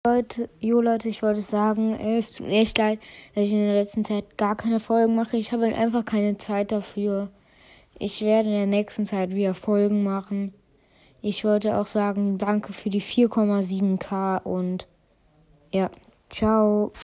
Leute, ich wollte sagen, es tut mir echt leid, dass ich in der letzten Zeit gar keine Folgen mache. Ich habe einfach keine Zeit dafür. Ich werde in der nächsten Zeit wieder Folgen machen. Ich wollte auch sagen, danke für die 4,7K und ja, ciao.